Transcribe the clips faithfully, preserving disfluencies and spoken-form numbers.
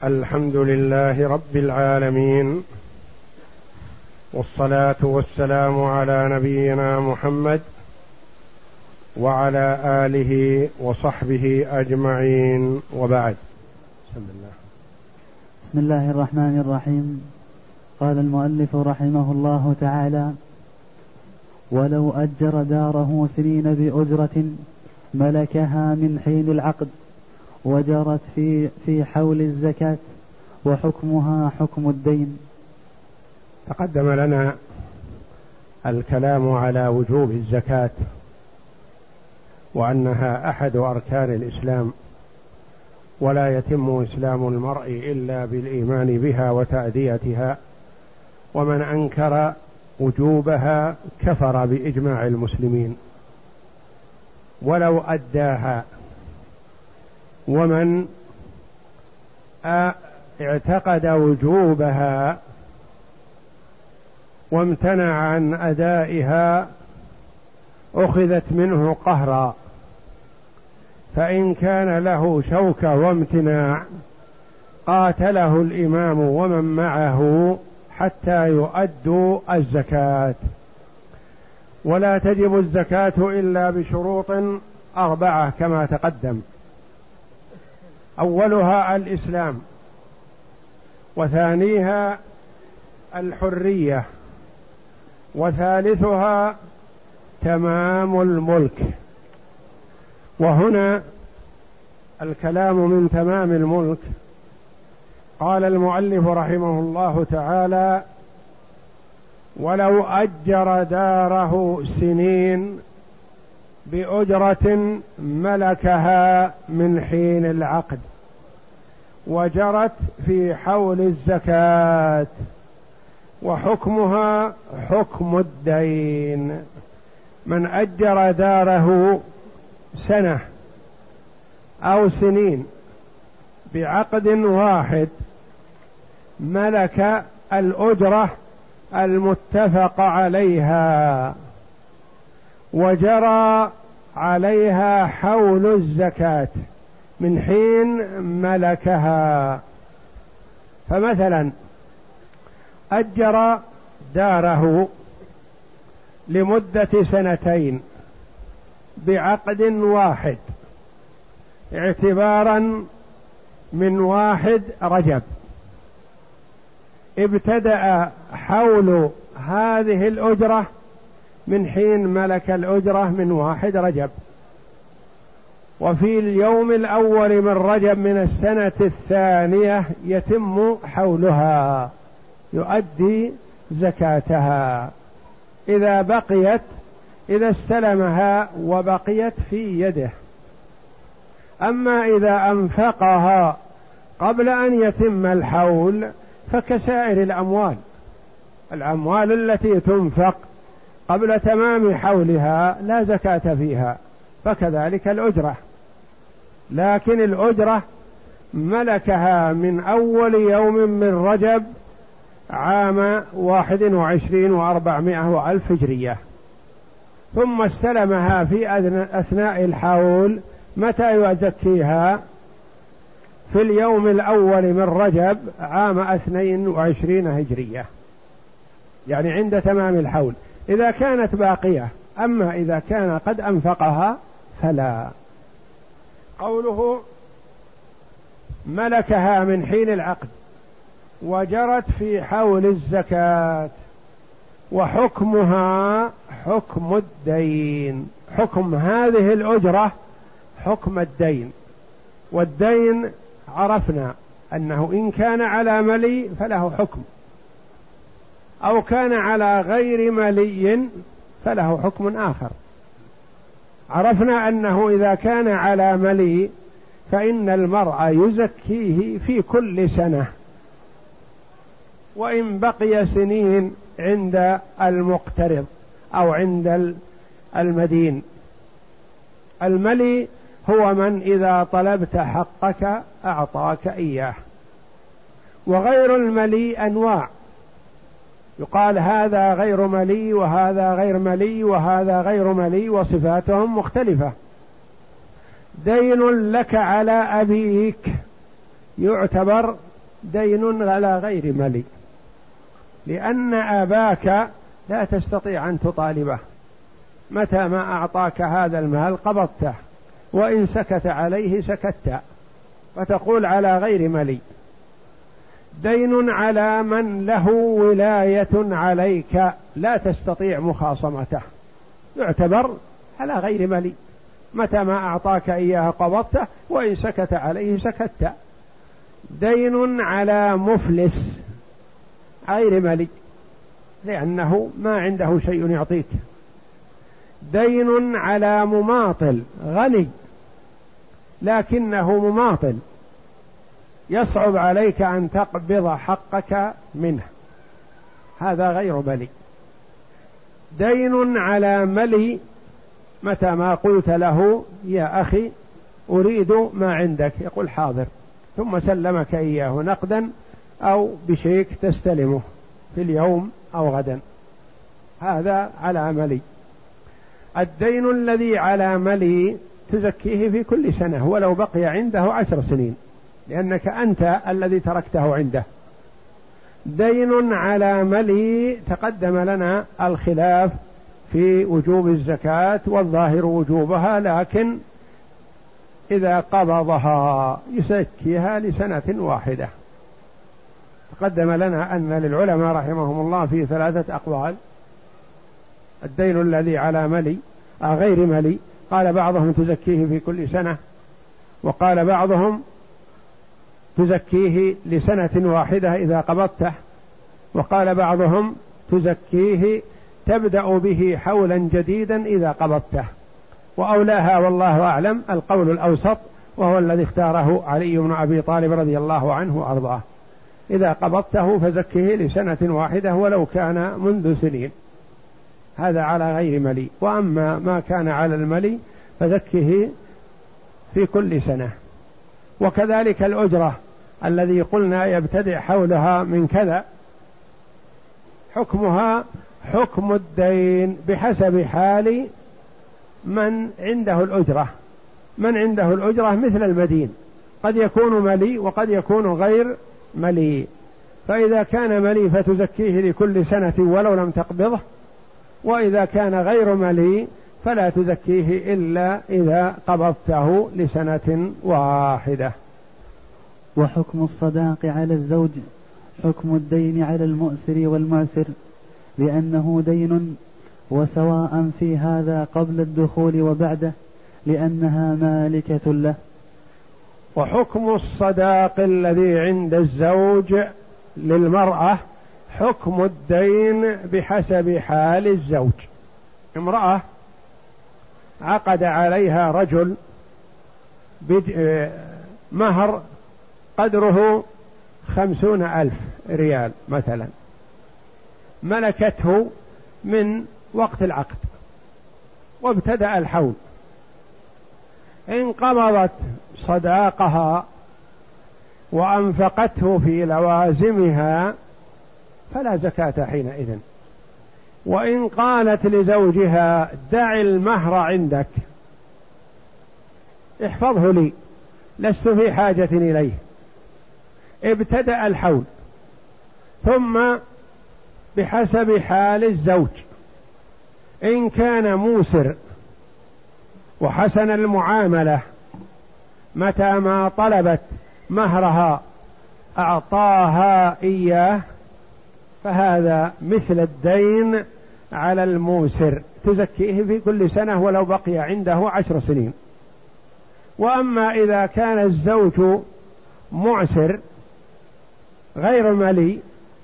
الحمد لله رب العالمين، والصلاة والسلام على نبينا محمد وعلى آله وصحبه أجمعين، وبعد. بسم الله. بسم الله الرحمن الرحيم. قال المؤلف رحمه الله تعالى: ولو أجر داره سنين بأجرة ملكها من حين العقد، وجرت في في حول الزكاة، وحكمها حكم الدين. تقدم لنا الكلام على وجوب الزكاة، وأنها أحد أركان الإسلام، ولا يتم إسلام المرء إلا بالإيمان بها وتأديتها، ومن أنكر وجوبها كفر بإجماع المسلمين ولو أداها. ومن اعتقد وجوبها وامتنع عن أدائها أخذت منه قهرا، فإن كان له شوكة وامتناع قاتله الإمام ومن معه حتى يؤدوا الزكاة. ولا تجب الزكاة إلا بشروط أربعة كما تقدم: أولها الإسلام، وثانيها الحرية، وثالثها تمام الملك. وهنا الكلام من تمام الملك. قال المؤلف رحمه الله تعالى: ولو أجر داره سنين بأجرة ملكها من حين العقد، وجرت في حول الزكاة، وحكمها حكم الدين. من أجر داره سنة أو سنين بعقد واحد ملك الأجرة المتفق عليها، وجرى عليها حول الزكاة من حين ملكها. فمثلا أجر داره لمدة سنتين بعقد واحد اعتبارا من واحد رجب، ابتدأ حول هذه الأجرة من حين ملك الأجرة من واحد رجب، وفي اليوم الأول من رجب من السنة الثانية يتم حولها، يؤدي زكاتها إذا بقيت إذا استلمها وبقيت في يده. أما إذا أنفقها قبل أن يتم الحول فكسائر الأموال، الأموال التي تنفق قبل تمام حولها لا زكاة فيها، فكذلك الأجرة. لكن الأجرة ملكها من أول يوم من رجب عام واحد وعشرين وأربعمائة وألف هجرية، ثم استلمها في أثناء الحول. متى يزكيها؟ في اليوم الأول من رجب عام اثنين وعشرين هجرية، يعني عند تمام الحول إذا كانت باقية. أما إذا كان قد أنفقها فلا. قوله ملكها من حين العقد وجرت في حول الزكاة، وحكمها حكم الدين. حكم هذه الأجرة حكم الدين. والدين عرفنا أنه إن كان على ملي فله حكم، أو كان على غير ملي فله حكم آخر. عرفنا أنه إذا كان على ملي فإن المرء يزكيه في كل سنة، وإن بقي سنين عند المقترض أو عند المدين. الملي هو من إذا طلبت حقك أعطاك إياه. وغير الملي أنواع، يقال هذا غير ملي وهذا غير ملي وهذا غير ملي، وصفاتهم مختلفة. دين لك على أبيك يعتبر دين على غير ملي، لأن أباك لا تستطيع أن تطالبه، متى ما أعطاك هذا المال قبضته، وإن سكت عليه سكت، فتقول على غير ملي. دين على من له ولاية عليك لا تستطيع مخاصمته، يعتبر على غير ملي، متى ما أعطاك إياه قبضته، وإن سكت عليه سكت. دين على مفلس غير ملي، لأنه ما عنده شيء يعطيك. دين على مماطل غني لكنه مماطل، يصعب عليك أن تقبض حقك منه، هذا غير ملي. دين على ملي، متى ما قلت له يا أخي أريد ما عندك يقول حاضر، ثم سلمك إياه نقدا أو بشيك تستلمه في اليوم أو غدا، هذا على ملي. الدين الذي على ملي تزكيه في كل سنة ولو بقي عنده عشر سنين، لأنك أنت الذي تركته عنده. دين على ملي تقدم لنا الخلاف في وجوب الزكاة، والظاهر وجوبها، لكن إذا قبضها يزكيها لسنة واحدة. تقدم لنا أن للعلماء رحمهم الله في ثلاثة أقوال: الدين الذي على ملي آه غير ملي، قال بعضهم تزكيه في كل سنة، وقال بعضهم تزكيه لسنة واحدة إذا قبضته، وقال بعضهم تزكيه تبدأ به حولا جديدا إذا قبضته. وأولاها والله أعلم القول الأوسط، وهو الذي اختاره علي بن أبي طالب رضي الله عنه وأرضاه: إذا قبضته فزكيه لسنة واحدة ولو كان منذ سنين، هذا على غير ملي. وأما ما كان على الملي فزكيه في كل سنة. وكذلك الأجرة الذي قلنا يبتدئ حولها من كذا، حكمها حكم الدين بحسب حال من عنده الأجرة. من عنده الأجرة مثل المدين، قد يكون ملي وقد يكون غير ملي، فإذا كان ملي فتزكيه لكل سنة ولو لم تقبضه، وإذا كان غير ملي فلا تزكيه إلا إذا قبضته لسنة واحدة. وحكم الصداق على الزوج حكم الدين على المؤسر والمعسر، لأنه دين، وسواء في هذا قبل الدخول وبعده، لأنها مالكة له. وحكم الصداق الذي عند الزوج للمرأة حكم الدين بحسب حال الزوج. امرأة عقد عليها رجل مهر قدره خمسون ألف ريال مثلا، ملكته من وقت العقد وابتدأ الحول، إن قبضت صداقها وأنفقته في لوازمها فلا زكاة حينئذ. وإن قالت لزوجها دع المهر عندك احفظه لي لست في حاجة إليه، ابتدأ الحول، ثم بحسب حال الزوج إن كان موسر وحسن المعاملة متى ما طلبت مهرها أعطاها إياه، فهذا مثل الدين على الموسر، تزكيه في كل سنة ولو بقي عنده عشر سنين. وأما إذا كان الزوج معسر غير ملي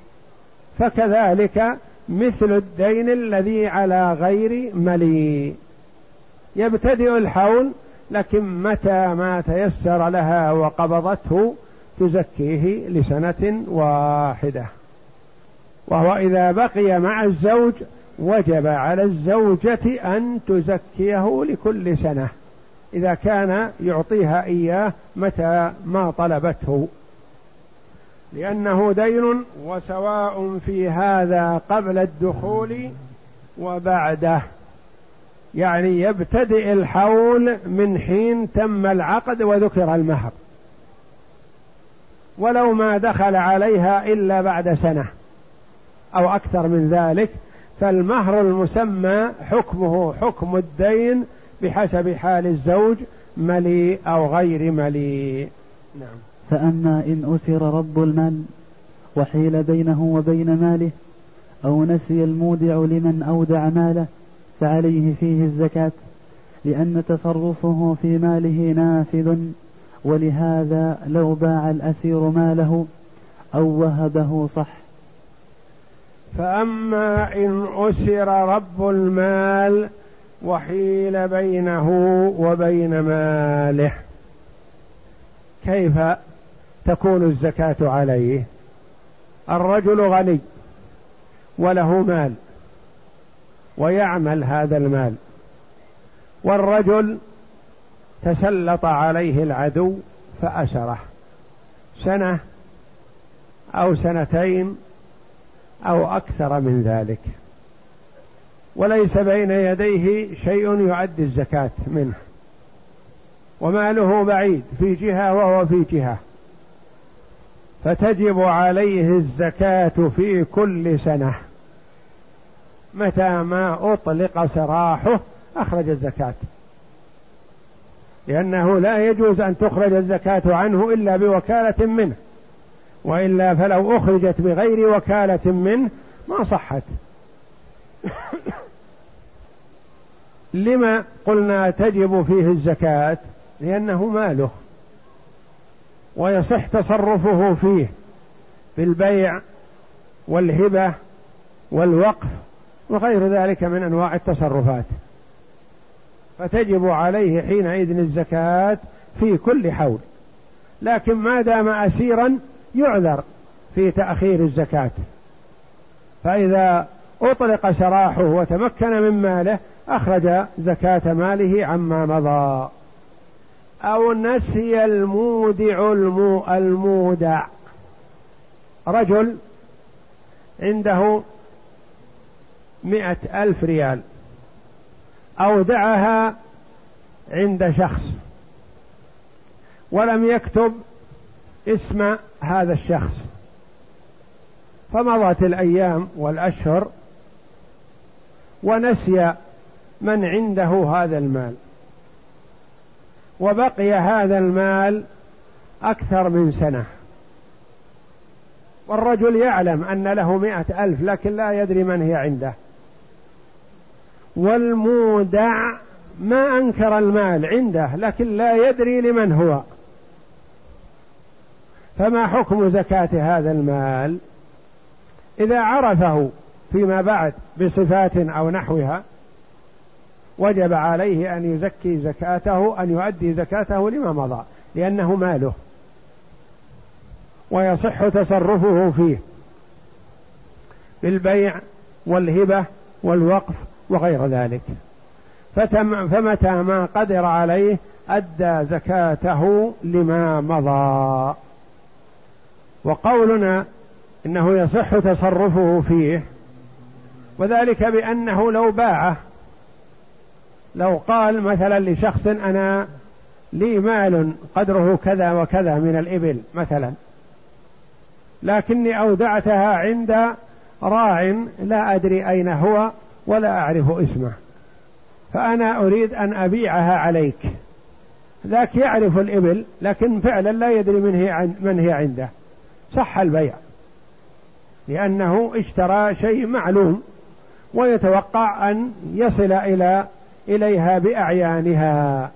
فكذلك مثل الدين الذي على غير ملي، يبتدئ الحول، لكن متى ما تيسر لها وقبضته تزكيه لسنة واحدة. وهو إذا بقي مع الزوج وجب على الزوجة أن تزكيه لكل سنة إذا كان يعطيها إياه متى ما طلبته، لأنه دين، وسواء في هذا قبل الدخول وبعده، يعني يبتدئ الحول من حين تم العقد وذكر المهر، ولو ما دخل عليها إلا بعد سنة أو أكثر من ذلك، فالمهر المسمى حكمه حكم الدين بحسب حال الزوج، مليء أو غير مليء. نعم. فأما إن أسر رب المال وحيل بينه وبين ماله أو نسي المودع لمن أودع ماله فعليه فيه الزكاة، لأن تصرفه في ماله نافذ، ولهذا لو باع الأسير ماله أو وهبه صح. فأما إن أسر رب المال وحيل بينه وبين ماله، كيف تكون الزكاة عليه؟ الرجل غني وله مال ويعمل هذا المال، والرجل تسلط عليه العدو فأسره سنة أو سنتين أو أكثر من ذلك، وليس بين يديه شيء يؤدي الزكاة منه، وماله بعيد في جهة وهو في جهة، فتجب عليه الزكاة في كل سنة. متى ما أطلق سراحه أخرج الزكاة، لأنه لا يجوز أن تخرج الزكاة عنه إلا بوكالة منه، وإلا فلو أخرجت بغير وكالة منه ما صحت. لما قلنا تجب فيه الزكاة؟ لأنه ماله ويصح تصرفه فيه بالبيع والهبة والوقف وغير ذلك من أنواع التصرفات، فتجب عليه حينئذ الزكاة في كل حول. لكن ما دام أسيرا يعذر في تأخير الزكاة، فإذا أطلق سراحه وتمكن من ماله أخرج زكاة ماله عما مضى. أو نسي المودع المو المودع، رجل عنده مئة ألف ريال أودعها عند شخص ولم يكتب اسم هذا الشخص، فمضت الأيام والأشهر ونسي من عنده هذا المال، وبقي هذا المال أكثر من سنة، والرجل يعلم أن له مئة ألف لكن لا يدري من هي عنده، والمودع ما أنكر المال عنده لكن لا يدري لمن هو، فما حكم زكاة هذا المال؟ إذا عرفه فيما بعد بصفات أو نحوها وجب عليه أن يزكي زكاته، أن يؤدي زكاته لما مضى، لأنه ماله ويصح تصرفه فيه بالبيع والهبة والوقف وغير ذلك، فتم فمتى ما قدر عليه أدى زكاته لما مضى. وقولنا إنه يصح تصرفه فيه وذلك بأنه لو باعه، لو قال مثلا لشخص أنا لي مال قدره كذا وكذا من الإبل مثلا، لكني أودعتها عند راع لا أدري أين هو ولا أعرف اسمه، فأنا أريد أن أبيعها عليك، ذاك يعرف الإبل لكن فعلا لا يدري من هي من هي عنده، صح البيع لأنه اشترى شيء معلوم ويتوقع أن يصل إلى إليها بأعيانها.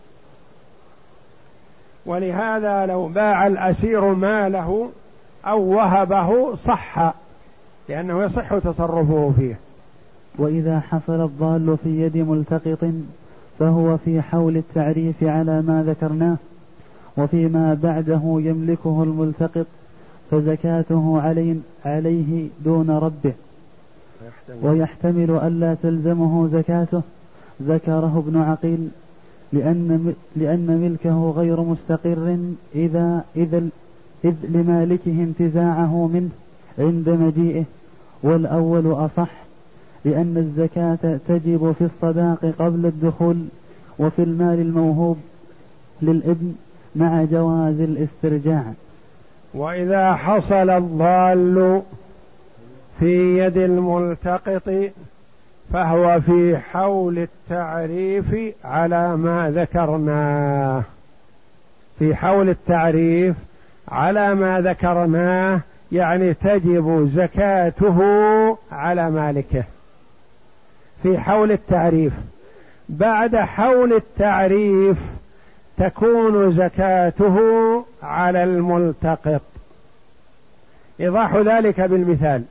ولهذا لو باع الأسير ماله أو وهبه صح، لأنه يصح تصرفه فيه. وإذا حصل الضال في يد ملتقط فهو في حول التعريف على ما ذكرناه، وفيما بعده يملكه الملتقط فزكاته عليه دون ربه، ويحتمل ألا تلزمه زكاته، ذكره ابن عقيل، لأن, لأن ملكه غير مستقر إذا, إذا إذ لمالكه انتزاعه منه عند مجيئه، والأول أصح، لأن الزكاة تجب في الصداق قبل الدخول وفي المال الموهوب للابن مع جواز الاسترجاع. وإذا حصل الضال في يد الملتقط فهو في حول التعريف على ما ذكرناه، في حول التعريف على ما ذكرناه، يعني تجب زكاته على مالكه في حول التعريف. بعد حول التعريف تكون زكاته على الملتقط. إيضاح ذلك بالمثال: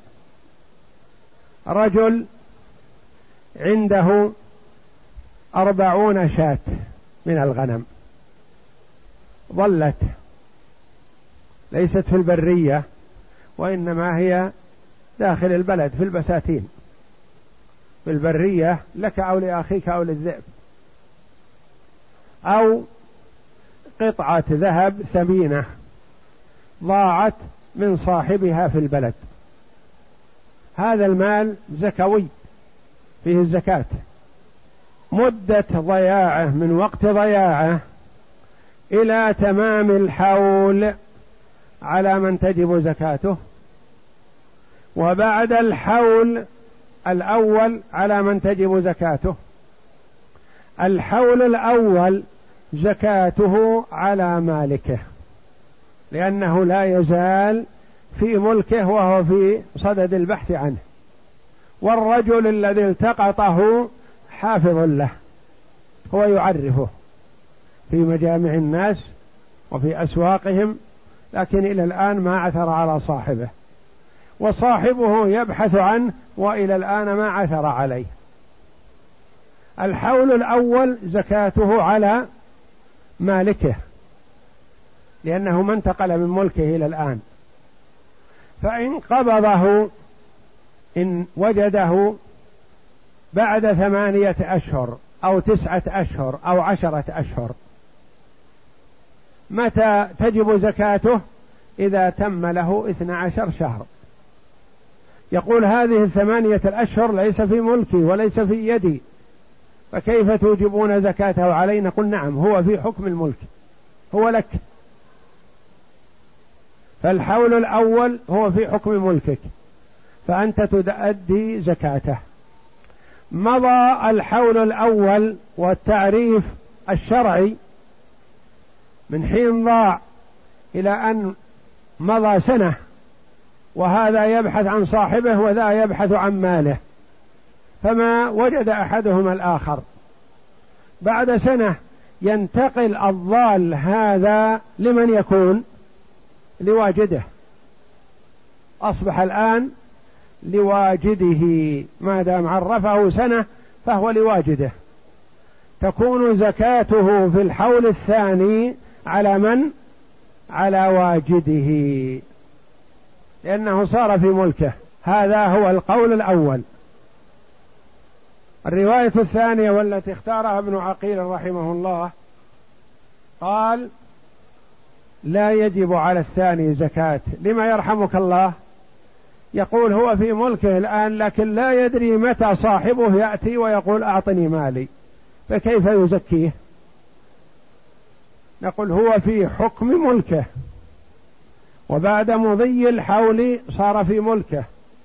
رجل عنده أربعون شاة من الغنم، ظلت ليست في البرية وإنما هي داخل البلد في البساتين، في البرية لك أو لأخيك أو للذئب، أو قطعة ذهب ثمينة ضاعت من صاحبها في البلد. هذا المال زكوي فيه الزكاة. مدة ضياعه من وقت ضياعه إلى تمام الحول على من تجب زكاته، وبعد الحول الأول على من تجب زكاته. الحول الأول زكاته على مالكه لأنه لا يزال في ملكه وهو في صدد البحث عنه، والرجل الذي التقطه حافظ له، هو يعرفه في مجامع الناس وفي أسواقهم، لكن إلى الآن ما عثر على صاحبه، وصاحبه يبحث عنه وإلى الآن ما عثر عليه. الحول الأول زكاته على مالكه لأنه ما انتقل من ملكه إلى الآن، فإن قبضه إن وجده بعد ثمانية أشهر أو تسعة أشهر أو عشرة أشهر، متى تجب زكاته؟ إذا تم له اثنى عشر شهر. يقول هذه الثمانية الأشهر ليس في ملكي وليس في يدي، فكيف توجبون زكاته علي؟ نقول نعم، هو في حكم الملك، هو لك، فالحول الأول هو في حكم ملكك فأنت تؤدي زكاته. مضى الحول الأول والتعريف الشرعي من حين ضاع إلى أن مضى سنة، وهذا يبحث عن صاحبه وذا يبحث عن ماله، فما وجد أحدهما الآخر. بعد سنة ينتقل الضال هذا لمن يكون؟ لواجده، أصبح الآن لواجده، ما دام عرفه سنة فهو لواجده. تكون زكاته في الحول الثاني على من؟ على واجده، لأنه صار في ملكه. هذا هو القول الأول. الرواية الثانية والتي اختارها ابن عقيل رحمه الله قال: لا يجب على الثاني زكاة. لما يرحمك الله؟ يقول هو في ملكه الآن لكن لا يدري متى صاحبه يأتي ويقول أعطني مالي، فكيف يزكيه؟ نقول هو في حكم ملكه، وبعد مضي الحول صار في ملكه،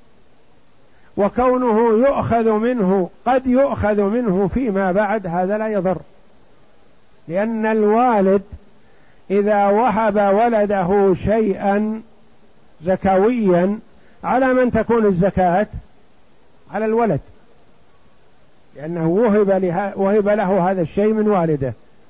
وكونه يؤخذ منه قد يؤخذ منه فيما بعد هذا لا يضر، لأن الوالد إذا وهب ولده شيئا زكويا على من تكون الزكاة؟ على الولد، لأنه وهب, له, وهب له هذا الشيء من والده.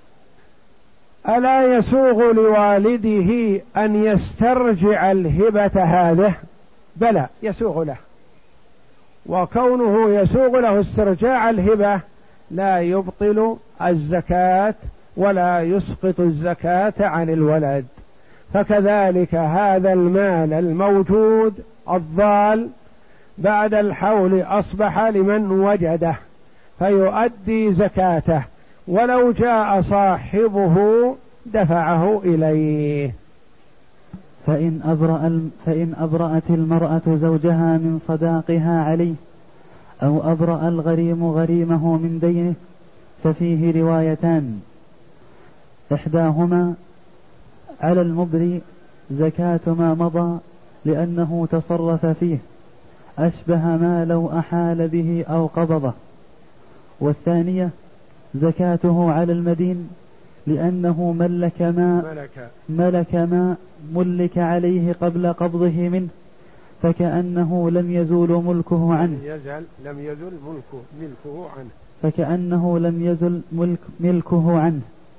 ألا يسوغ لوالده أن يسترجع الهبة هذه؟ بلى يسوغ له، وكونه يسوغ له استرجاع الهبة لا يبطل الزكاة ولا يسقط الزكاة عن الولد. فكذلك هذا المال الموجود الضال بعد الحول أصبح لمن وجده فيؤدي زكاته، ولو جاء صاحبه دفعه إليه. فإن أبرأ فإن أبرأت المرأة زوجها من صداقها عليه أو أبرأ الغريم غريمه من دينه ففيه روايتان، إحداهما على المبري زكاة ما مضى لأنه تصرف فيه أشبه ما لو أحال به أو قبضه. والثانية زكاته على المدين لأنه ملك ما ملك, ملك ما ملك عليه قبل قبضه منه، فكأنه لم يزول ملكه عنه يزل لم يزل ملكه ملكه عنه فكأنه لم يزل ملك ملكه عنه.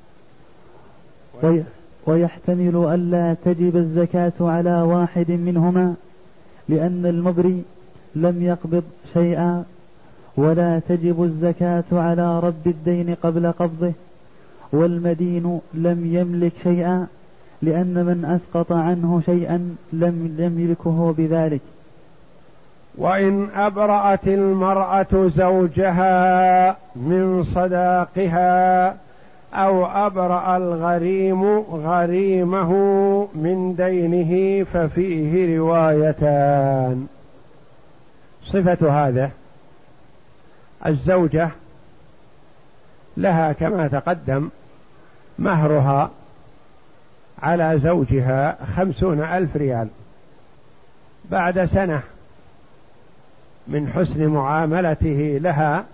ويحتمل ألا تجب الزكاة على واحد منهما لأن المبري لم يقبض شيئا، ولا تجب الزكاة على رب الدين قبل قبضه، والمدين لم يملك شيئا لأن من أسقط عنه شيئا لم يملكه بذلك. وإن أبرأت المرأة زوجها من صداقها أو أبرأ الغريم غريمه من دينه ففيه روايتان. صفة هذا الزوجة لها كما تقدم مهرها على زوجها خمسون ألف ريال، بعد سنة من حسن معاملته لها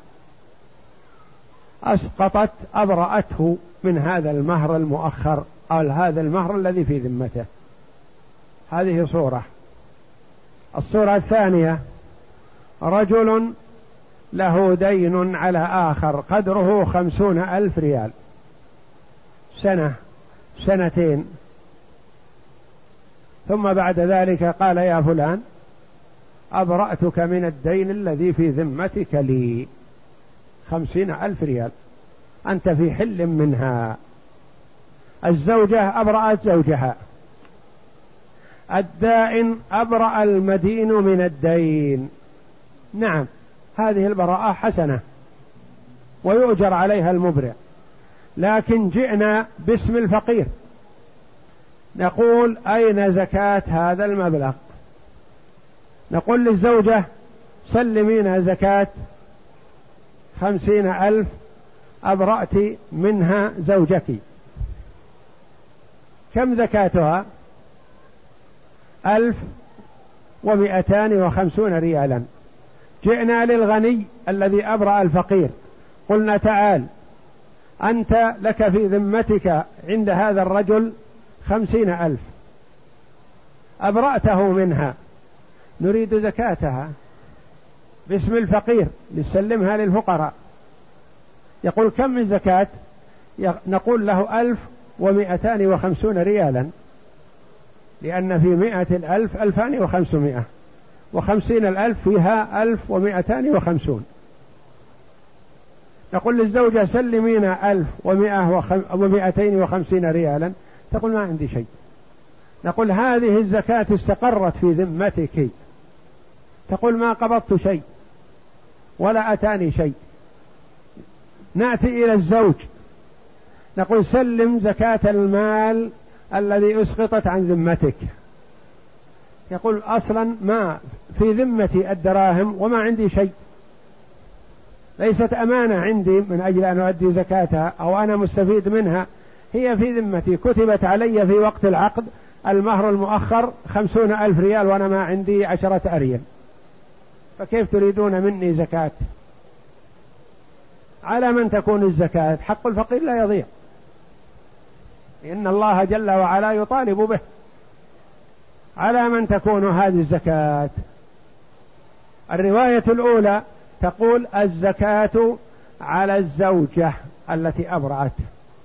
أسقطت أبرأته من هذا المهر المؤخر أو هذا المهر الذي في ذمته. هذه صورة. الصورة الثانية رجل له دين على آخر قدره خمسون ألف ريال، سنة سنتين، ثم بعد ذلك قال يا فلان أبرأتك من الدين الذي في ذمتك لي خمسين ألف ريال، أنت في حل منها. الزوجة أبرأت زوجها، الدائن أبرأ المدين من الدين. نعم، هذه البراءة حسنة ويؤجر عليها المبرع، لكن جئنا باسم الفقير نقول أين زكاة هذا المبلغ؟ نقول للزوجة سلمينا زكاة خمسين ألف أبرأت منها زوجك، كم زكاتها؟ ألف ومئتان وخمسون ريالا. جئنا للغني الذي أبرأ الفقير قلنا تعال أنت لك في ذمتك عند هذا الرجل خمسين ألف أبرأته منها، نريد زكاتها باسم الفقير لسلمها للفقراء. يقول كم من زكاة؟ نقول له ألف ومئتان وخمسون ريالا، لأن في مئة الألف ألفان وخمسمائة، وخمسين الألف فيها ألف ومئتان وخمسون. نقول للزوجة سلمينا ألف ومئة ومئتين وخمسين ريالا، تقول ما عندي شيء. نقول هذه الزكاة استقرت في ذمتك، تقول ما قبضت شيء ولا أتاني شيء. نأتي إلى الزوج نقول سلم زكاة المال الذي أسقطت عن ذمتك، يقول أصلا ما في ذمتي الدراهم وما عندي شيء، ليست أمانة عندي من أجل أن أؤدي زكاتها أو أنا مستفيد منها، هي في ذمتي كتبت علي في وقت العقد المهر المؤخر خمسون ألف ريال وأنا ما عندي عشرة أريال، فكيف تريدون مني زكاة؟ على من تكون الزكاة؟ حق الفقير لا يضيع، إن الله جل وعلا يطالب به. على من تكون هذه الزكاة؟ الرواية الأولى تقول الزكاة على الزوجة التي أبرأت،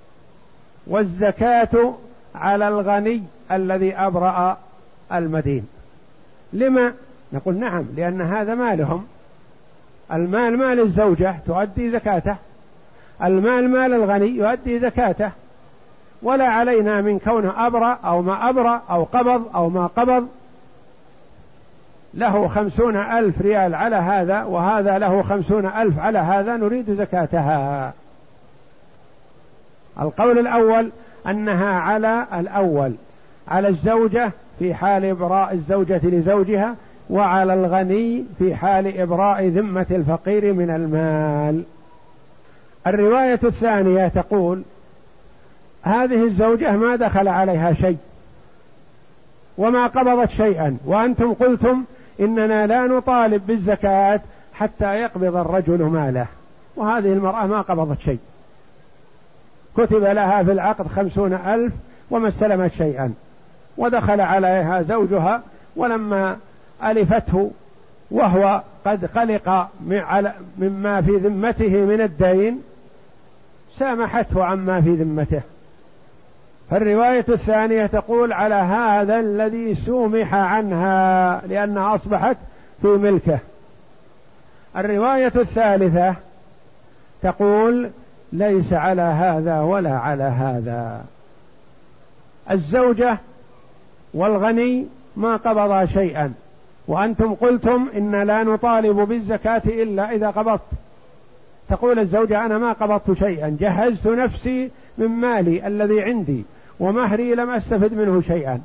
والزكاة على الغني الذي أبرأ المدين. لما؟ نقول نعم، لأن هذا مالهم، المال مال الزوجة تؤدي زكاته، المال مال الغني يؤدي زكاته، ولا علينا من كونه أبرأ أو ما أبرأ أو قبض أو ما قبض. له خمسون ألف ريال على هذا وهذا له خمسون ألف على هذا، نريد زكاتها. القول الأول أنها على الأول، على الزوجة في حال إبراء الزوجة لزوجها، وعلى الغني في حال إبراء ذمة الفقير من المال. الرواية الثانية تقول هذه الزوجة ما دخل عليها شيء، وما قبضت شيئا، وأنتم قلتم إننا لا نطالب بالزكاة حتى يقبض الرجل ماله، وهذه المرأة ما قبضت شيء، كتب لها في العقد خمسون ألف وما استلمت شيئا، ودخل عليها زوجها ولما ألفته وهو قد قلق مما في ذمته من الدين سامحته عما في ذمته. فالرواية الثانية تقول على هذا الذي سومح عنها لأنها أصبحت في ملكه. الرواية الثالثة تقول ليس على هذا ولا على هذا. الزوجة والغني ما قبضا شيئا، وأنتم قلتم إن لا نطالب بالزكاة إلا إذا قبضت. تقول الزوجة أنا ما قبضت شيئا، جهزت نفسي من مالي الذي عندي ومهري لم أستفد منه شيئا.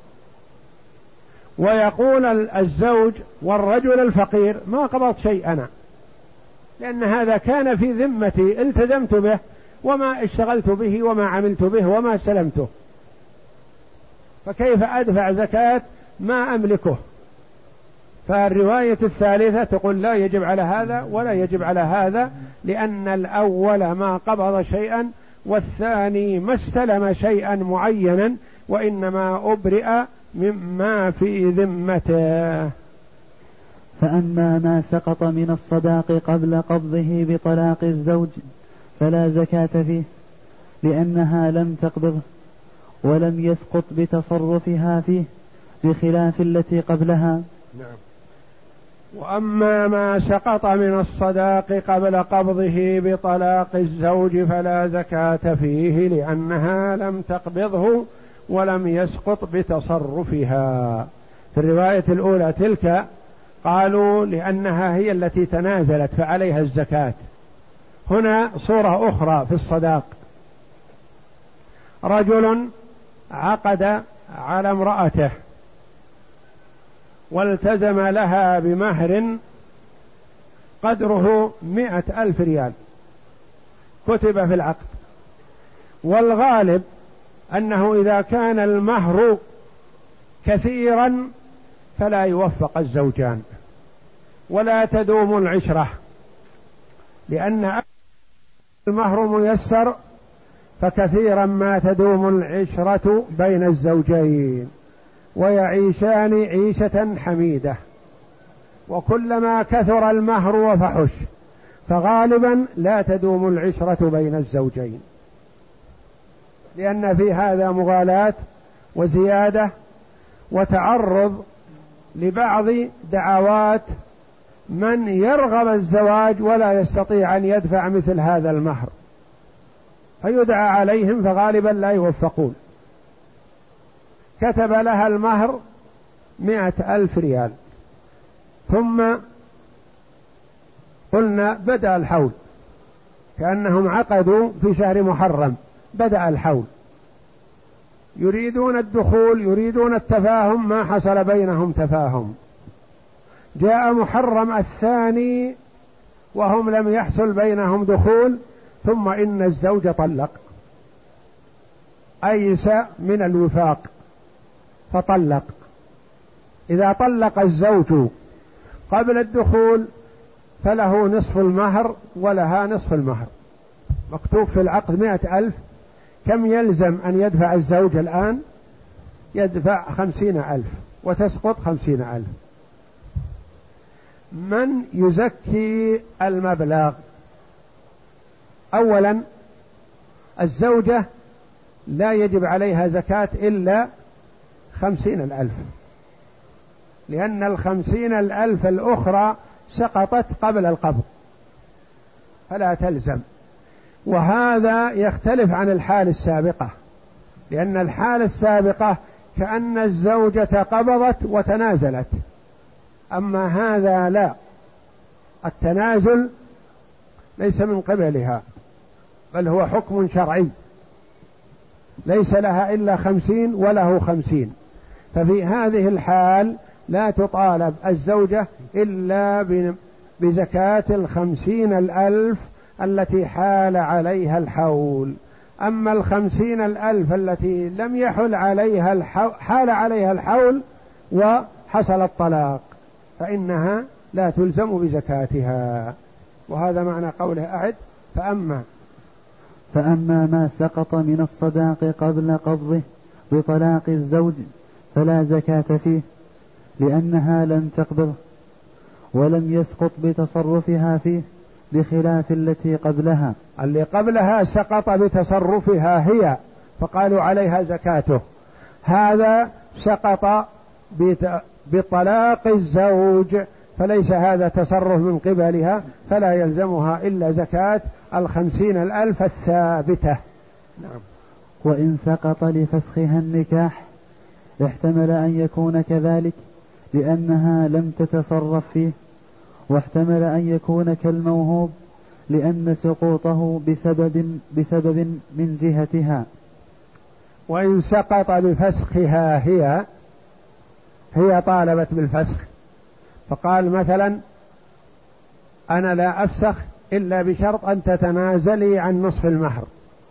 ويقول الزوج والرجل الفقير ما قبضت شيء أنا، لأن هذا كان في ذمتي التزمت به وما اشتغلت به وما عملت به وما سلمته، فكيف أدفع زكاة ما أملكه؟ فالرواية الثالثة تقول لا يجب على هذا ولا يجب على هذا، لأن الأول ما قبض شيئا والثاني ما استلم شيئا معينا، وإنما أبرئ مما في ذمته. فأما ما سقط من الصداق قبل قبضه بطلاق الزوج فلا زكاة فيه، لأنها لم تقبضه ولم يسقط بتصرفها فيه، بخلاف التي قبلها. نعم. وأما ما سقط من الصداق قبل قبضه بطلاق الزوج فلا زكاة فيه، لأنها لم تقبضه ولم يسقط بتصرفها. في الرواية الأولى تلك قالوا لأنها هي التي تنازلت فعليها الزكاة. هنا صورة أخرى في الصداق، رجل عقد على امرأته والتزم لها بمهر قدره مئة ألف ريال كتب في العقد، والغالب أنه إذا كان المهر كثيرا فلا يوفق الزوجان ولا تدوم العشرة، لأن المهر ميسر فكثيرا ما تدوم العشرة بين الزوجين ويعيشان عيشة حميدة، وكلما كثر المهر وفحش فغالبا لا تدوم العشرة بين الزوجين، لأن في هذا مغالاة وزيادة وتعرض لبعض دعوات من يرغب الزواج ولا يستطيع أن يدفع مثل هذا المهر، فيدعى عليهم فغالبا لا يوفقون. كتب لها المهر مئة ألف ريال، ثم قلنا بدأ الحول، كأنهم عقدوا في شهر محرم، بدأ الحول، يريدون الدخول، يريدون التفاهم، ما حصل بينهم تفاهم. جاء محرم الثاني وهم لم يحصل بينهم دخول، ثم إن الزوج طلق، أيس من الوفاق فطلق. إذا طلق الزوج قبل الدخول فله نصف المهر ولها نصف المهر، مكتوب في العقد مئة ألف. كم يلزم أن يدفع الزوج الآن؟ يدفع خمسين ألف وتسقط خمسين ألف. من يزكي المبلغ؟ أولا الزوجة لا يجب عليها زكاة إلا خمسين الألف، لأن الخمسين الألف الأخرى سقطت قبل القبض فلا تلزم. وهذا يختلف عن الحال السابقة، لأن الحال السابقة كأن الزوجة قبضت وتنازلت، أما هذا لا، التنازل ليس من قبلها بل هو حكم شرعي، ليس لها إلا خمسين وله خمسين. ففي هذه الحال لا تطالب الزوجة إلا بزكاة الخمسين الألف التي حال عليها الحول. أما الخمسين الألف التي لم يحل عليها الحول حال عليها الحول وحصل الطلاق فإنها لا تلزم بزكاتها. وهذا معنى قوله أعد فأما فأما ما سقط من الصداق قبل قبضه بطلاق الزوج فلا زكاة فيه لأنها لم تقبضه ولم يسقط بتصرفها فيه بخلاف التي قبلها. اللي قبلها سقط بتصرفها هي فقالوا عليها زكاته، هذا سقط بطلاق الزوج فليس هذا تصرف من قبلها فلا يلزمها إلا زكاة الخمسين الألف الثابتة. نعم. وإن سقط لفسخها النكاح احتمل أن يكون كذلك لأنها لم تتصرف فيه، واحتمل أن يكون كالموهوب لأن سقوطه بسبب, بسبب من جهتها. وإن سقط بفسخها هي هي طالبت بالفسخ فقال مثلا أنا لا أفسخ إلا بشرط أن تتنازلي عن نصف المهر،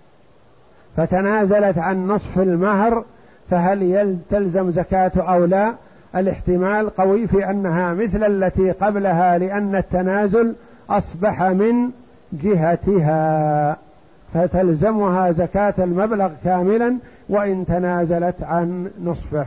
فتنازلت عن نصف المهر، فهل تلزم زكاة أو لا؟ الاحتمال قوي في أنها مثل التي قبلها لأن التنازل أصبح من جهتها فتلزمها زكاة المبلغ كاملا وإن تنازلت عن نصفه.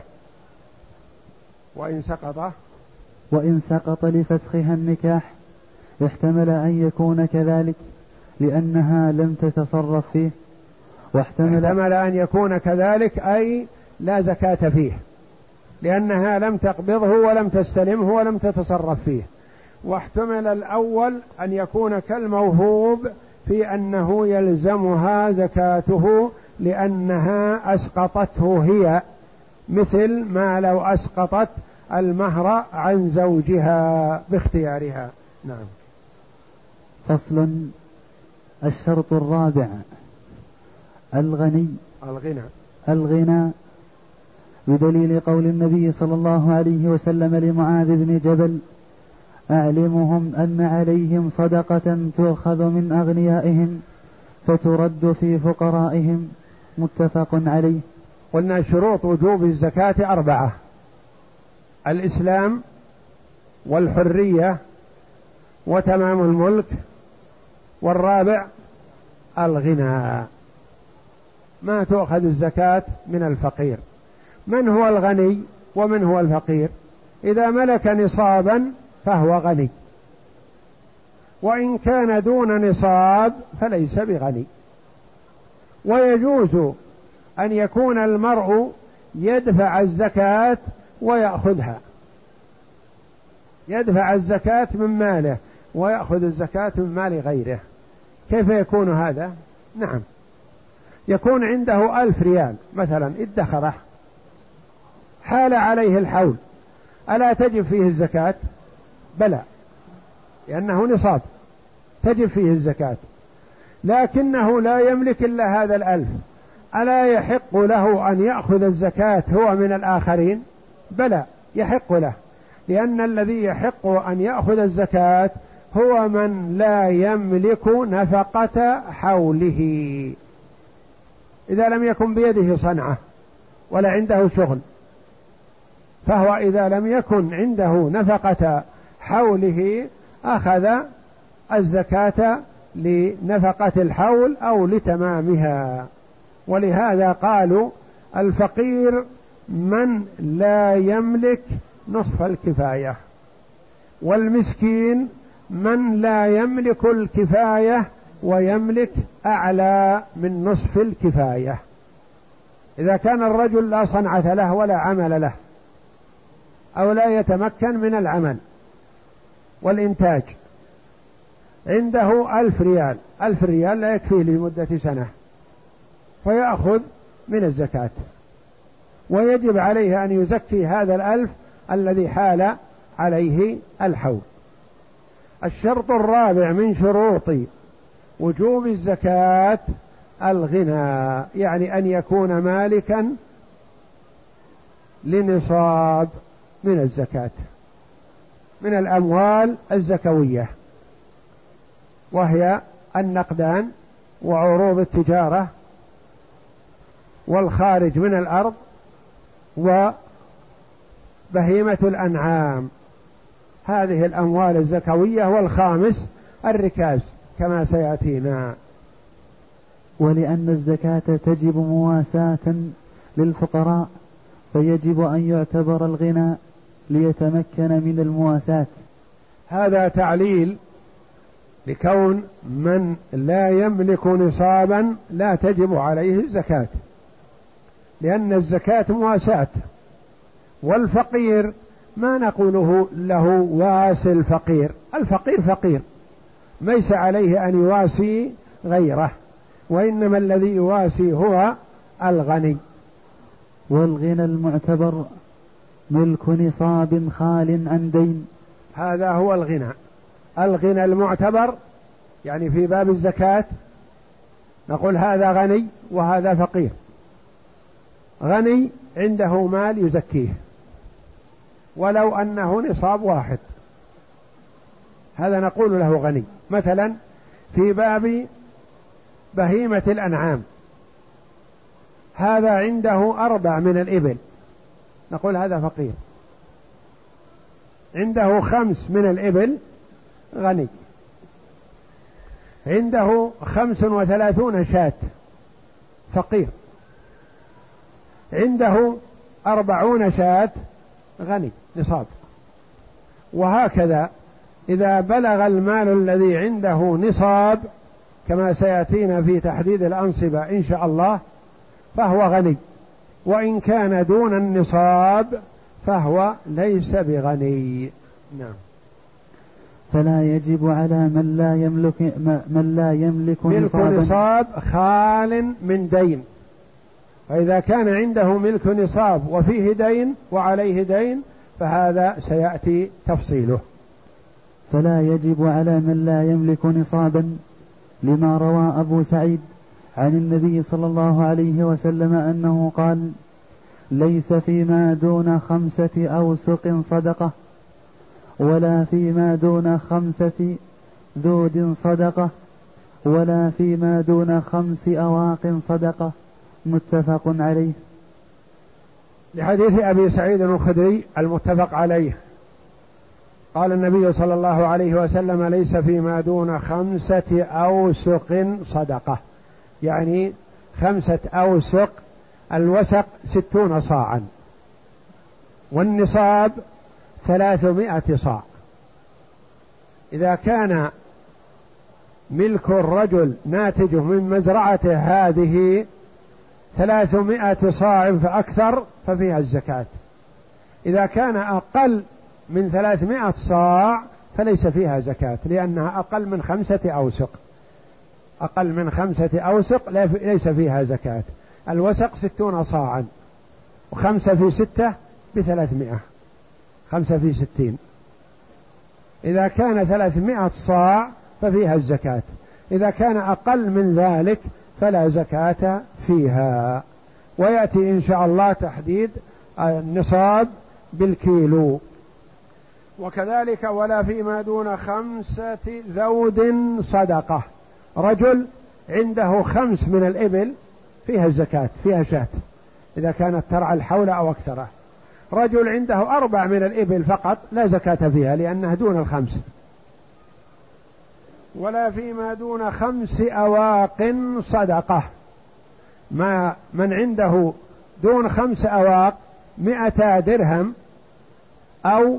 وإن سقط وإن سقط لفسخها النكاح احتمل أن يكون كذلك لأنها لم تتصرف فيه، واحتمل احتمل أن يكون كذلك أي لا زكاة فيه لأنها لم تقبضه ولم تستلمه ولم تتصرف فيه. واحتمل الأول أن يكون كالموهوب في أنه يلزمها زكاته لأنها أسقطته هي مثل ما لو أسقطت المهر عن زوجها باختيارها. نعم. فصل. الشرط الرابع الغني الغنى الغنى بدليل قول النبي صلى الله عليه وسلم لمعاذ بن جبل أعلمهم أن عليهم صدقة تؤخذ من أغنيائهم فترد في فقرائهم، متفق عليه. قلنا شروط وجوب الزكاة أربعة: الإسلام والحرية وتمام الملك، والرابع الغنى. ما تؤخذ الزكاة من الفقير. من هو الغني ومن هو الفقير؟ إذا ملك نصابا فهو غني، وإن كان دون نصاب فليس بغني. ويجوز أن يكون المرء يدفع الزكاة ويأخذها، يدفع الزكاة من ماله ويأخذ الزكاة من مال غيره. كيف يكون هذا؟ نعم، يكون عنده ألف ريال مثلا ادخره، حال عليه الحول، ألا تجب فيه الزكاة؟ بلى، لأنه نصاب تجب فيه الزكاة، لكنه لا يملك إلا هذا الألف، ألا يحق له أن يأخذ الزكاة هو من الآخرين؟ بلى، يحق له، لأن الذي يحق أن يأخذ الزكاة هو من لا يملك نفقة حوله. إذا لم يكن بيده صنعة ولا عنده شغل، فهو إذا لم يكن عنده نفقة حوله أخذ الزكاة لنفقة الحول أو لتمامها. ولهذا قالوا الفقير من لا يملك نصف الكفاية، والمسكين من لا يملك الكفاية ويملك أعلى من نصف الكفاية. إذا كان الرجل لا صنعة له ولا عمل له أو لا يتمكن من العمل والإنتاج، عنده ألف ريال، ألف ريال لا يكفيه لمدة سنة، فيأخذ من الزكاة، ويجب عليه أن يزكي هذا الألف الذي حال عليه الحول. الشرط الرابع من شروط وجوب الزكاة الغنى، يعني أن يكون مالكا لنصاب من الزكاة من الأموال الزكوية، وهي النقدان وعروض التجارة والخارج من الأرض وبهيمة بهيمة الأنعام، هذه الأموال الزكوية. والخامس الركاز كما سيأتينا. ولأن الزكاة تجب مواساة للفقراء فيجب أن يعتبر الغنى ليتمكن من المواساة. هذا تعليل لكون من لا يملك نصابا لا تجب عليه الزكاة، لأن الزكاة مواساة. والفقير ما نقوله له واسي الفقير، الفقير فقير ليس عليه أن يواسي غيره، وإنما الذي يواسي هو الغني. والغنى المعتبر ملك نصاب خال عن دين. هذا هو الغنى. الغنى المعتبر يعني في باب الزكاة نقول هذا غني وهذا فقير. غني عنده مال يزكيه ولو أنه نصاب واحد، هذا نقول له غني. مثلا في باب بهيمة الأنعام، هذا عنده أربع من الإبل، نقول هذا فقير. عنده خمس من الإبل غني. عنده خمس وثلاثون شاة فقير. عنده أربعون شاة غني نصاب. وهكذا إذا بلغ المال الذي عنده نصاب كما سيأتينا في تحديد الأنصبة إن شاء الله فهو غني، وإن كان دون النصاب فهو ليس بغني. نعم. فلا يجب على من لا يملك من لا يملك ملك نصاب خال من دين. فإذا كان عنده ملك نصاب وفيه دين وعليه دين فهذا سيأتي تفصيله. فلا يجب على من لا يملك نصابا لما روى أبو سعيد عن النبي صلى الله عليه وسلم أنه قال: ليس فيما دون خمسة أوسق صدقة ولا فيما دون خمسة ذود صدقة ولا فيما دون خمس أواق صدقة. متفق عليه. لحديث أبي سعيد الخدري المتفق عليه قال النبي صلى الله عليه وسلم: ليس فيما دون خمسة أوسق صدقة، يعني خمسة أوسق، الوسق ستون صاعا، والنصاب ثلاثمائة صاع. إذا كان ملك الرجل ناتج من مزرعته هذه ثلاثمائة صاع فأكثر ففيها الزكاة. إذا كان أقل من ثلاثمائة صاع فليس فيها زكاة، لأنها أقل من خمسة أوسق. أقل من خمسة أوسق ليس فيها زكاة. الوسق ستون صاعا، وخمسة في ستة بثلاثمائة، خمسة في ستين. إذا كان ثلاثمائة صاع ففيها الزكاة. إذا كان أقل من ذلك فلا زكاة فيها. ويأتي إن شاء الله تحديد النصاب بالكيلو. وكذلك ولا فيما دون خمسة ذود صدقة. رجل عنده خمس من الإبل فيها الزكاة، فيها شاة إذا كانت ترعى الحول أو أكثره. رجل عنده أربع من الإبل فقط لا زكاة فيها لأنها دون الخمس. ولا فيما دون خمس أواق صدقة. ما من عنده دون خمس أواق مئة درهم أو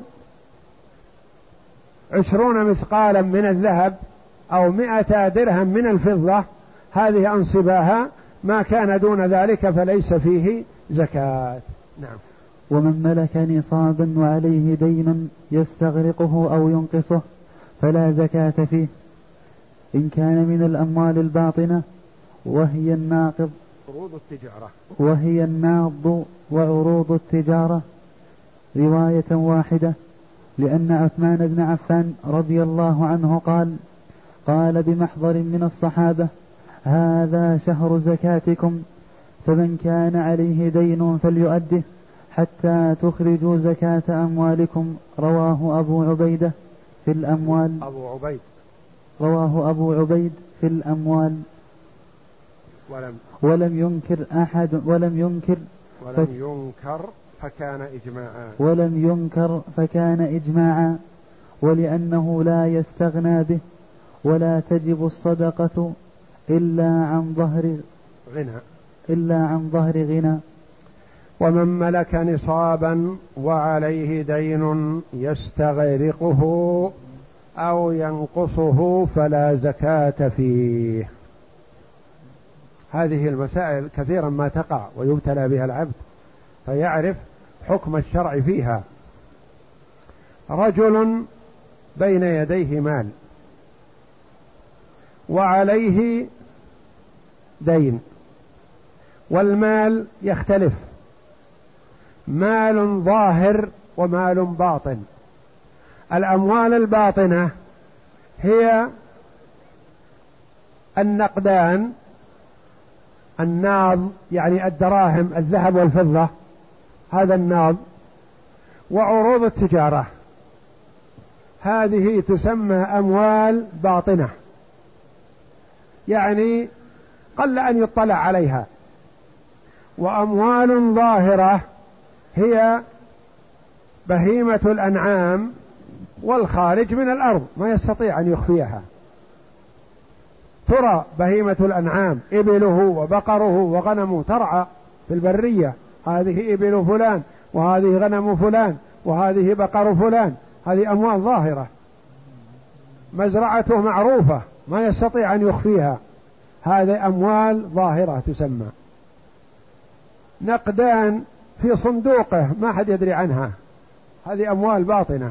عشرون مثقالا من الذهب أو مئة درهم من الفضة، هذه أنصباها. ما كان دون ذلك فليس فيه زكاة. نعم. ومن ملك نصابا وعليه دين يستغرقه أو ينقصه فلا زكاة فيه إن كان من الأموال الباطنة وهي الناقض عروض التجارة وهي الناض وعروض التجارة رواية واحدة، لأن عثمان بن عفان رضي الله عنه قال قال بمحضر من الصحابة: هذا شهر زكاتكم، فمن كان عليه دين فليؤده حتى تخرجوا زكاة أموالكم. رواه أبو عبيدة في الأموال أبو عبيد رواه أبو عبيد في الأموال. ولم ولم ينكر أحد ولم ينكر ولم ينكر فكان إجماعا ولم ينكر فكان إجماعا، ولأنه لا يستغنى به، ولا تجب الصدقة إلا عن ظهر غنى إلا عن ظهر غنى. ومن ملك نصابا وعليه دين يستغرقه أو ينقصه فلا زكاة فيه. هذه المسائل كثيرا ما تقع ويبتلى بها العبد فيعرف حكم الشرع فيها. رجل بين يديه مال وعليه دين، والمال يختلف، مال ظاهر ومال باطن. الأموال الباطنة هي النقدان، الناض يعني الدراهم الذهب والفضة، هذا الناض، وعروض التجارة، هذه تسمى أموال باطنة، يعني قل أن يطلع عليها. وأموال ظاهرة هي بهيمة الأنعام والخارج من الأرض ما يستطيع أن يخفيها. ترى بهيمة الأنعام إبله وبقره وغنمه ترعى في البرية، هذه إبل فلان وهذه غنم فلان وهذه بقر فلان، هذه أموال ظاهرة، مزرعته معروفة ما يستطيع أن يخفيها، هذه أموال ظاهرة تسمى. نقدان في صندوقه ما حد يدري عنها، هذه أموال باطنة.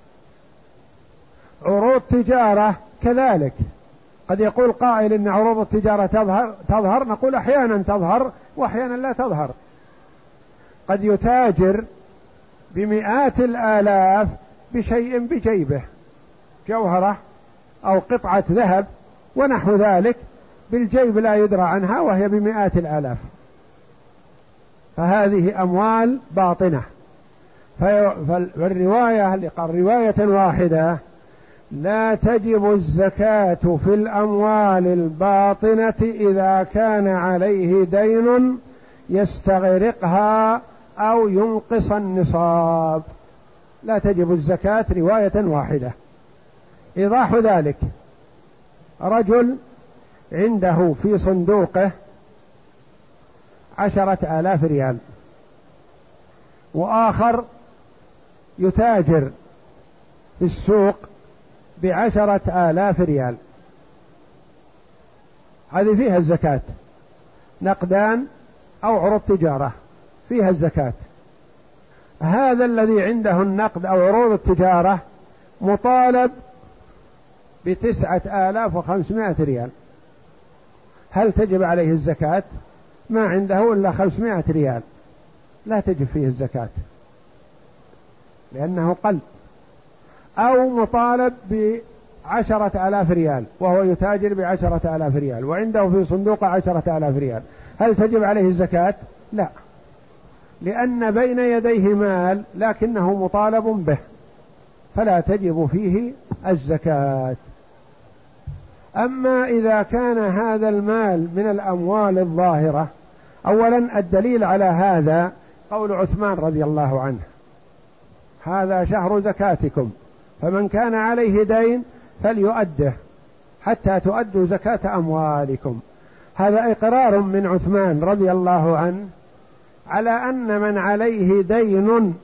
عروض تجارة كذلك، قد يقول قائل إن عروض التجارة تظهر تظهر نقول أحيانا تظهر وأحيانا لا تظهر. قد يتاجر بمئات الآلاف بشيء بجيبه، جوهرة أو قطعة ذهب ونحو ذلك، بالجيب لا يدرى عنها وهي بمئات الآلاف، فهذه أموال باطنة. فالرواية اللي قال رواية واحدة لا تجب الزكاة في الأموال الباطنة إذا كان عليه دين يستغرقها أو ينقص النصاب، لا تجب الزكاة رواية واحدة. إيضاح ذلك: رجل عنده في صندوقه عشرة آلاف ريال، وآخر يتاجر في السوق بعشرة آلاف ريال، هذه فيها الزكاة، نقدان أو عروض تجارة فيها الزكاة. هذا الذي عنده النقد أو عروض التجارة مطالب بتسعة آلاف وخمسمائة ريال، هل تجب عليه الزكاة؟ ما عنده إلا خمسمائة ريال، لا تجب فيه الزكاة لأنه قل. أو مطالب بعشرة آلاف ريال وهو يتاجر بعشرة آلاف ريال وعنده في صندوق عشرة آلاف ريال، هل تجب عليه الزكاة؟ لا، لأن بين يديه مال لكنه مطالب به فلا تجب فيه الزكاة. أما إذا كان هذا المال من الأموال الظاهرة، أولا الدليل على هذا قول عثمان رضي الله عنه: هذا شهر زكاتكم فمن كان عليه دين فليؤده حتى تؤدوا زكاة أموالكم. هذا إقرار من عثمان رضي الله عنه على أن من عليه دين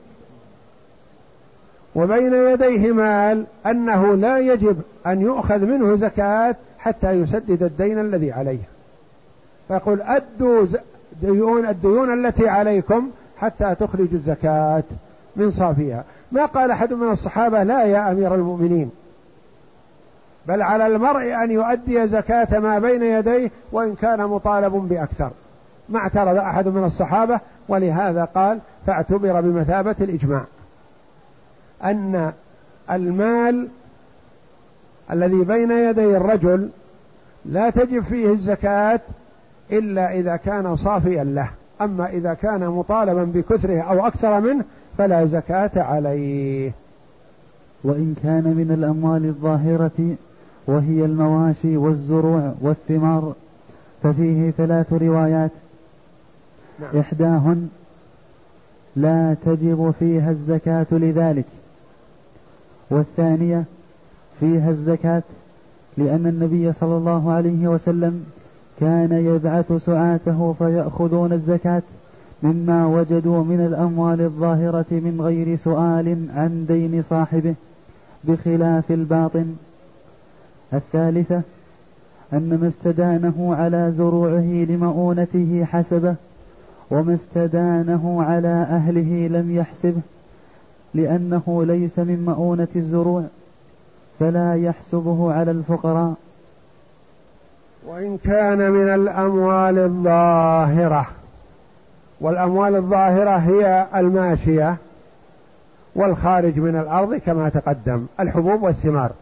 وبين يديه مال أنه لا يجب أن يؤخذ منه زكاة حتى يسدد الدين الذي عليه، فيقول أدوا ديون الديون التي عليكم حتى تخرجوا الزكاة من صافيها. ما قال أحد من الصحابة لا يا أمير المؤمنين، بل على المرء أن يؤدي زكاة ما بين يديه وإن كان مطالب بأكثر، ما اعترض أحد من الصحابة، ولهذا قال فاعتبر بمثابة الإجماع أن المال الذي بين يدي الرجل لا تجب فيه الزكاة إلا إذا كان صافيا له، أما إذا كان مطالبا بكثره أو أكثر منه فلا زكاة عليه. وإن كان من الأموال الظاهرة وهي المواشي والزروع والثمار ففيه ثلاث روايات. نعم. إحداهن لا تجب فيها الزكاة لذلك. والثانية فيها الزكاة لأن النبي صلى الله عليه وسلم كان يبعث سعاته فيأخذون الزكاة مما وجدوا من الأموال الظاهرة من غير سؤال عن دين صاحبه بخلاف الباطن. الثالثة أن ما استدانه على زروعه لمؤونته حسبه، وما استدانه على أهله لم يحسبه، لأنه ليس من مؤونة الزروع فلا يحسبه على الفقراء. وإن كان من الأموال الظاهرة، والأموال الظاهرة هي الماشية والخارج من الأرض كما تقدم، الحبوب والثمار،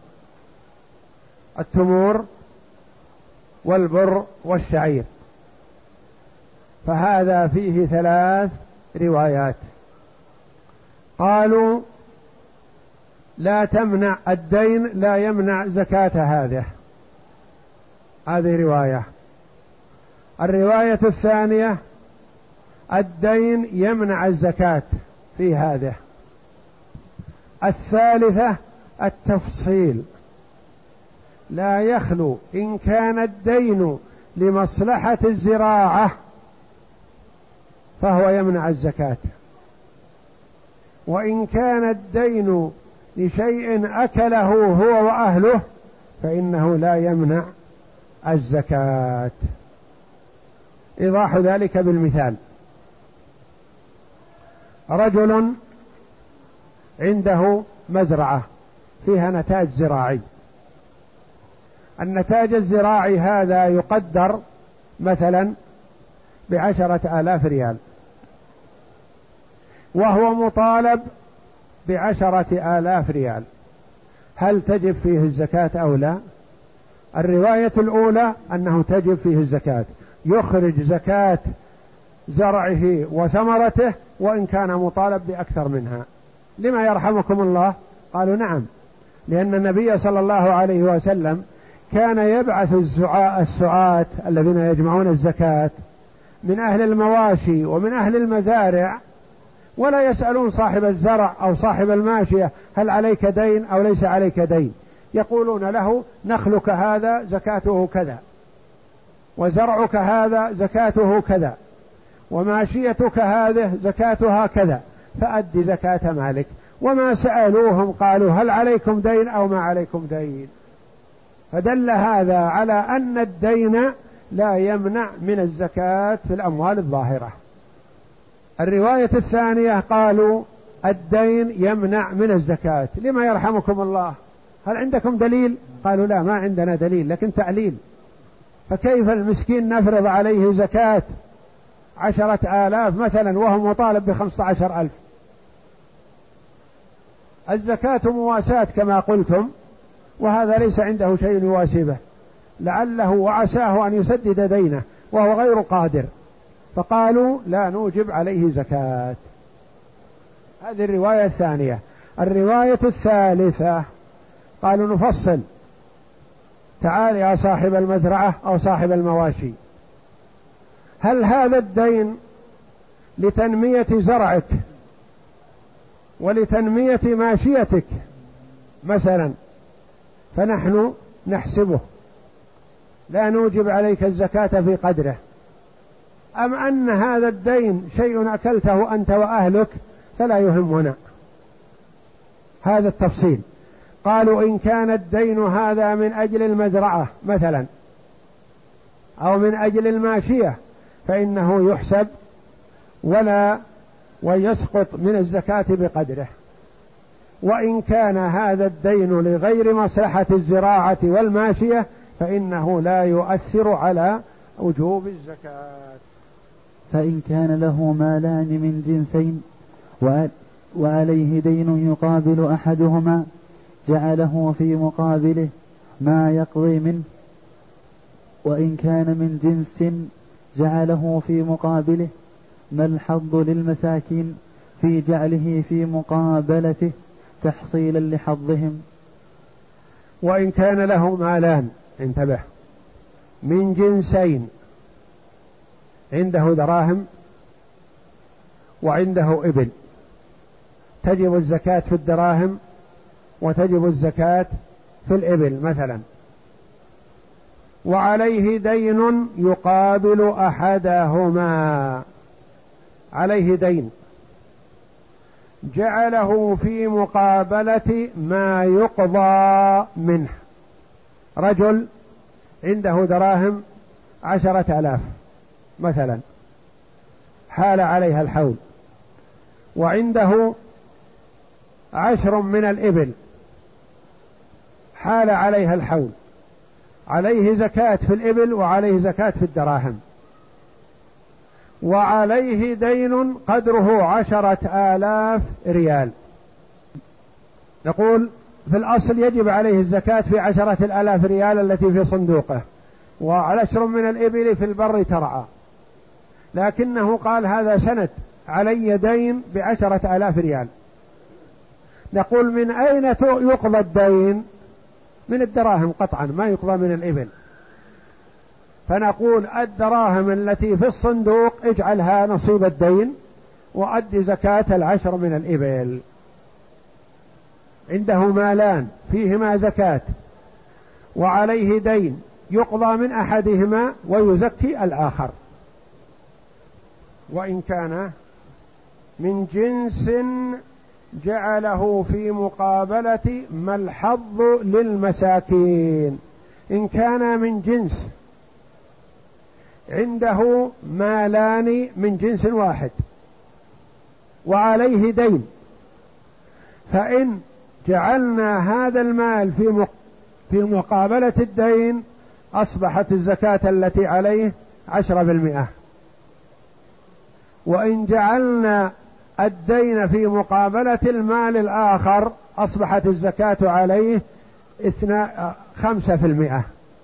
التمور والبر والشعير، فهذا فيه ثلاث روايات. قالوا لا تمنع الدين، لا يمنع زكاة هذه، هذه رواية. الرواية الثانية الدين يمنع الزكاة في هذه. الثالثة التفصيل، لا يخلو إن كان الدين لمصلحة الزراعة فهو يمنع الزكاة، وإن كان الدين لشيء أكله هو وأهله فإنه لا يمنع الزكاة. إيضاح ذلك بالمثال: رجل عنده مزرعة فيها نتاج زراعي، النتاج الزراعي هذا يقدر مثلا بعشرة آلاف ريال، وهو مطالب بعشرة آلاف ريال، هل تجب فيه الزكاة أو لا؟ الرواية الأولى أنه تجب فيه الزكاة، يخرج زكاة زرعه وثمرته وإن كان مطالب بأكثر منها. لما يرحمكم الله؟ قالوا نعم، لأن النبي صلى الله عليه وسلم كان يبعث السعاة الذين يجمعون الزكاة من أهل المواشي ومن أهل المزارع، ولا يسألون صاحب الزرع أو صاحب الماشية هل عليك دين أو ليس عليك دين، يقولون له نخلك هذا زكاته كذا، وزرعك هذا زكاته كذا، وماشيتك هذه زكاتها كذا، فأد زكاة مالك. وما سألوهم قالوا هل عليكم دين أو ما عليكم دين. فدل هذا على أن الدين لا يمنع من الزكاة في الأموال الظاهرة. الرواية الثانية قالوا الدين يمنع من الزكاة. لما يرحمكم الله؟ هل عندكم دليل؟ قالوا لا، ما عندنا دليل، لكن تعليل. فكيف المسكين نفرض عليه زكاة عشرة آلاف مثلا وهو مطالب بخمسة عشر ألف؟ الزكاة مواساة كما قلتم، وهذا ليس عنده شيء يواسي به، لعله وعساه أن يسدد دينه وهو غير قادر، فقالوا لا نوجب عليه زكاة. هذه الرواية الثانية. الرواية الثالثة قالوا نفصل، تعال يا صاحب المزرعة أو صاحب المواشي، هل هذا الدين لتنمية زرعك ولتنمية ماشيتك مثلا فنحن نحسبه لا نوجب عليك الزكاة في قدره، أم أن هذا الدين شيء أكلته أنت وأهلك فلا يهمنا؟ هذا التفصيل. قالوا إن كان الدين هذا من أجل المزرعة مثلا أو من أجل الماشية فإنه يحسب ولا ويسقط من الزكاة بقدره، وإن كان هذا الدين لغير مصلحة الزراعة والماشية فإنه لا يؤثر على وجوب الزكاة. فإن كان له مالان من جنسين وعليه دين يقابل أحدهما جعله في مقابله ما يقضي منه، وإن كان من جنس جعله في مقابله ما الحظ للمساكين في جعله في مقابلته تحصيلا لحظهم. وإن كان له مالان، انتبه، من جنسين، عنده دراهم وعنده إبل، تجب الزكاة في الدراهم وتجب الزكاة في الإبل مثلا، وعليه دين يقابل أحدهما، عليه دين جعله في مقابلة ما يقضى منه. رجل عنده دراهم عشرة آلاف مثلا، حال عليها الحول، وعنده عشر من الإبل حال عليها الحول، عليه زكاة في الإبل وعليه زكاة في الدراهم، وعليه دين قدره عشرة آلاف ريال. نقول في الأصل يجب عليه الزكاة في عشرة الآلاف ريال التي في صندوقه، وعشر من الإبل في البر ترعى، لكنه قال هذا سند علي دين بعشرة آلاف ريال. نقول من أين يقضى الدين؟ من الدراهم قطعا، ما يقضى من الإبل. فنقول الدراهم التي في الصندوق اجعلها نصيب الدين وأد زكاة العشر من الإبل. عنده مالان فيهما زكاة وعليه دين يقضى من أحدهما ويزكي الآخر، وإن كان من جنس جعله في مقابلة ما الحظ للمساكين. إن كان من جنس عنده مالان من جنس واحد وعليه دين، فإن جعلنا هذا المال في في مقابلة الدين أصبحت الزكاة التي عليه عشرة بالمئة، وإن جعلنا الدين في مقابلة المال الآخر أصبحت الزكاة عليه اثنا خمسة في المئة.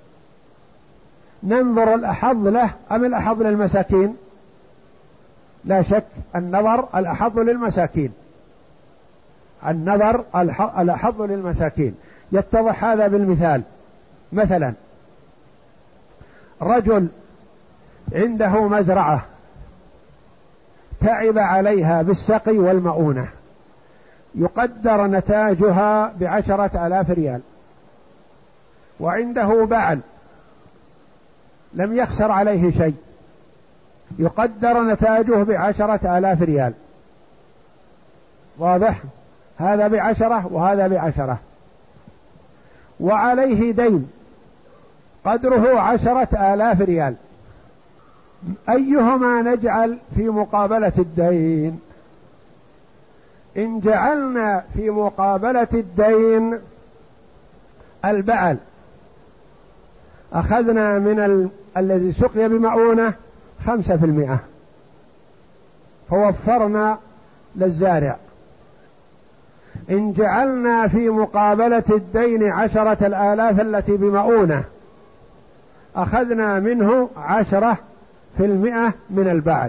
ننظر الأحظ له أم الأحظ للمساكين؟ لا شك النظر الأحظ للمساكين، النظر الأحظ للمساكين. يتضح هذا بالمثال. مثلا رجل عنده مزرعة تعب عليها بالسقي والمؤونة، يقدر نتاجها بعشرة آلاف ريال، وعنده بعل لم يخسر عليه شيء، يقدر نتاجه بعشرة آلاف ريال. واضح؟ هذا بعشرة وهذا بعشرة، وعليه دين قدره عشرة آلاف ريال. أيهما نجعل في مقابلة الدين؟ إن جعلنا في مقابلة الدين البعل أخذنا من ال... الذي سقي بمؤونة خمسة في المئة، فوفرنا للزارع. إن جعلنا في مقابلة الدين عشرة الآلاف التي بمؤونة أخذنا منه عشرة في المئة من البعل.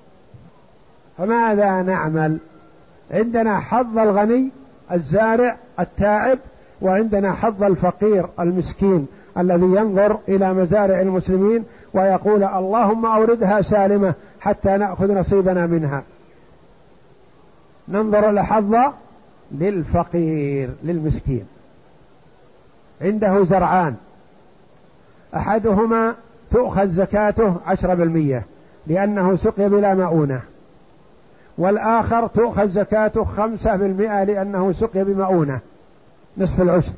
فماذا نعمل؟ عندنا حظ الغني الزارع التاعب، وعندنا حظ الفقير المسكين الذي ينظر إلى مزارع المسلمين ويقول اللهم أوردها سالمة حتى نأخذ نصيبنا منها. ننظر الحظ للفقير للمسكين، عنده زرعان، أحدهما تؤخذ زكاته عشرة بالمئة لأنه سقي بلا مؤونة، والآخر تؤخذ زكاته خمسة بالمئة لأنه سقي بمؤونة نصف العشر،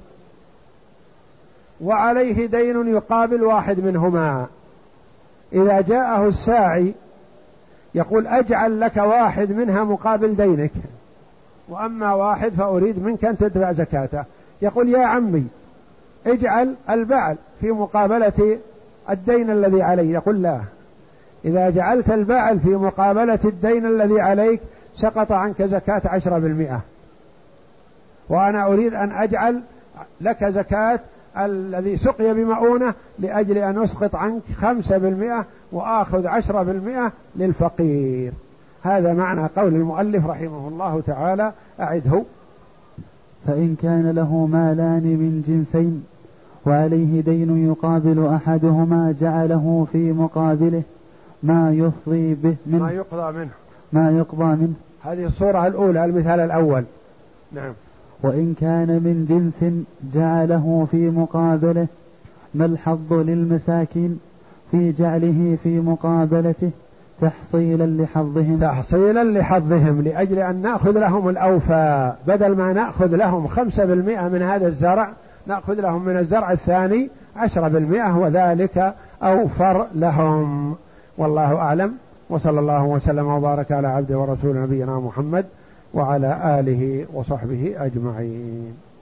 وعليه دين يقابل واحد منهما. إذا جاءه الساعي يقول أجعل لك واحد منها مقابل دينك، وأما واحد فأريد منك أن تدفع زكاته، يقول يا عمي اجعل البعل في مقابلة الدين الذي علي. يقول لا، إذا جعلت البعل في مقابلة الدين الذي عليك سقط عنك زكاة عشرة بالمئة، وأنا أريد أن أجعل لك زكاة الذي سقي بمؤونة لأجل أن أسقط عنك خمسة بالمئة وآخذ عشرة بالمئة للفقير. هذا معنى قول المؤلف رحمه الله تعالى. أعده. فإن كان له مالان من جنسين وعليه دين يقابل أحدهما جعله في مقابله ما يفضي به منه ما يقضى منه ما يقضى منه. هذه الصورة الأولى، المثال الأول. نعم. وإن كان من جنس جعله في مقابله، ما الحظ للمساكين في جعله في مقابلته تحصيلا لحظهم تحصيلا لحظهم لأجل أن نأخذ لهم الأوفى، بدل ما نأخذ لهم خمسة بالمئة من هذا الزرع نأخذ لهم من الزرع الثاني عشرة بالمئة، وذلك أوفر لهم. والله أعلم، وصلى الله وسلم وبارك على عبده ورسول نبينا محمد وعلى آله وصحبه أجمعين.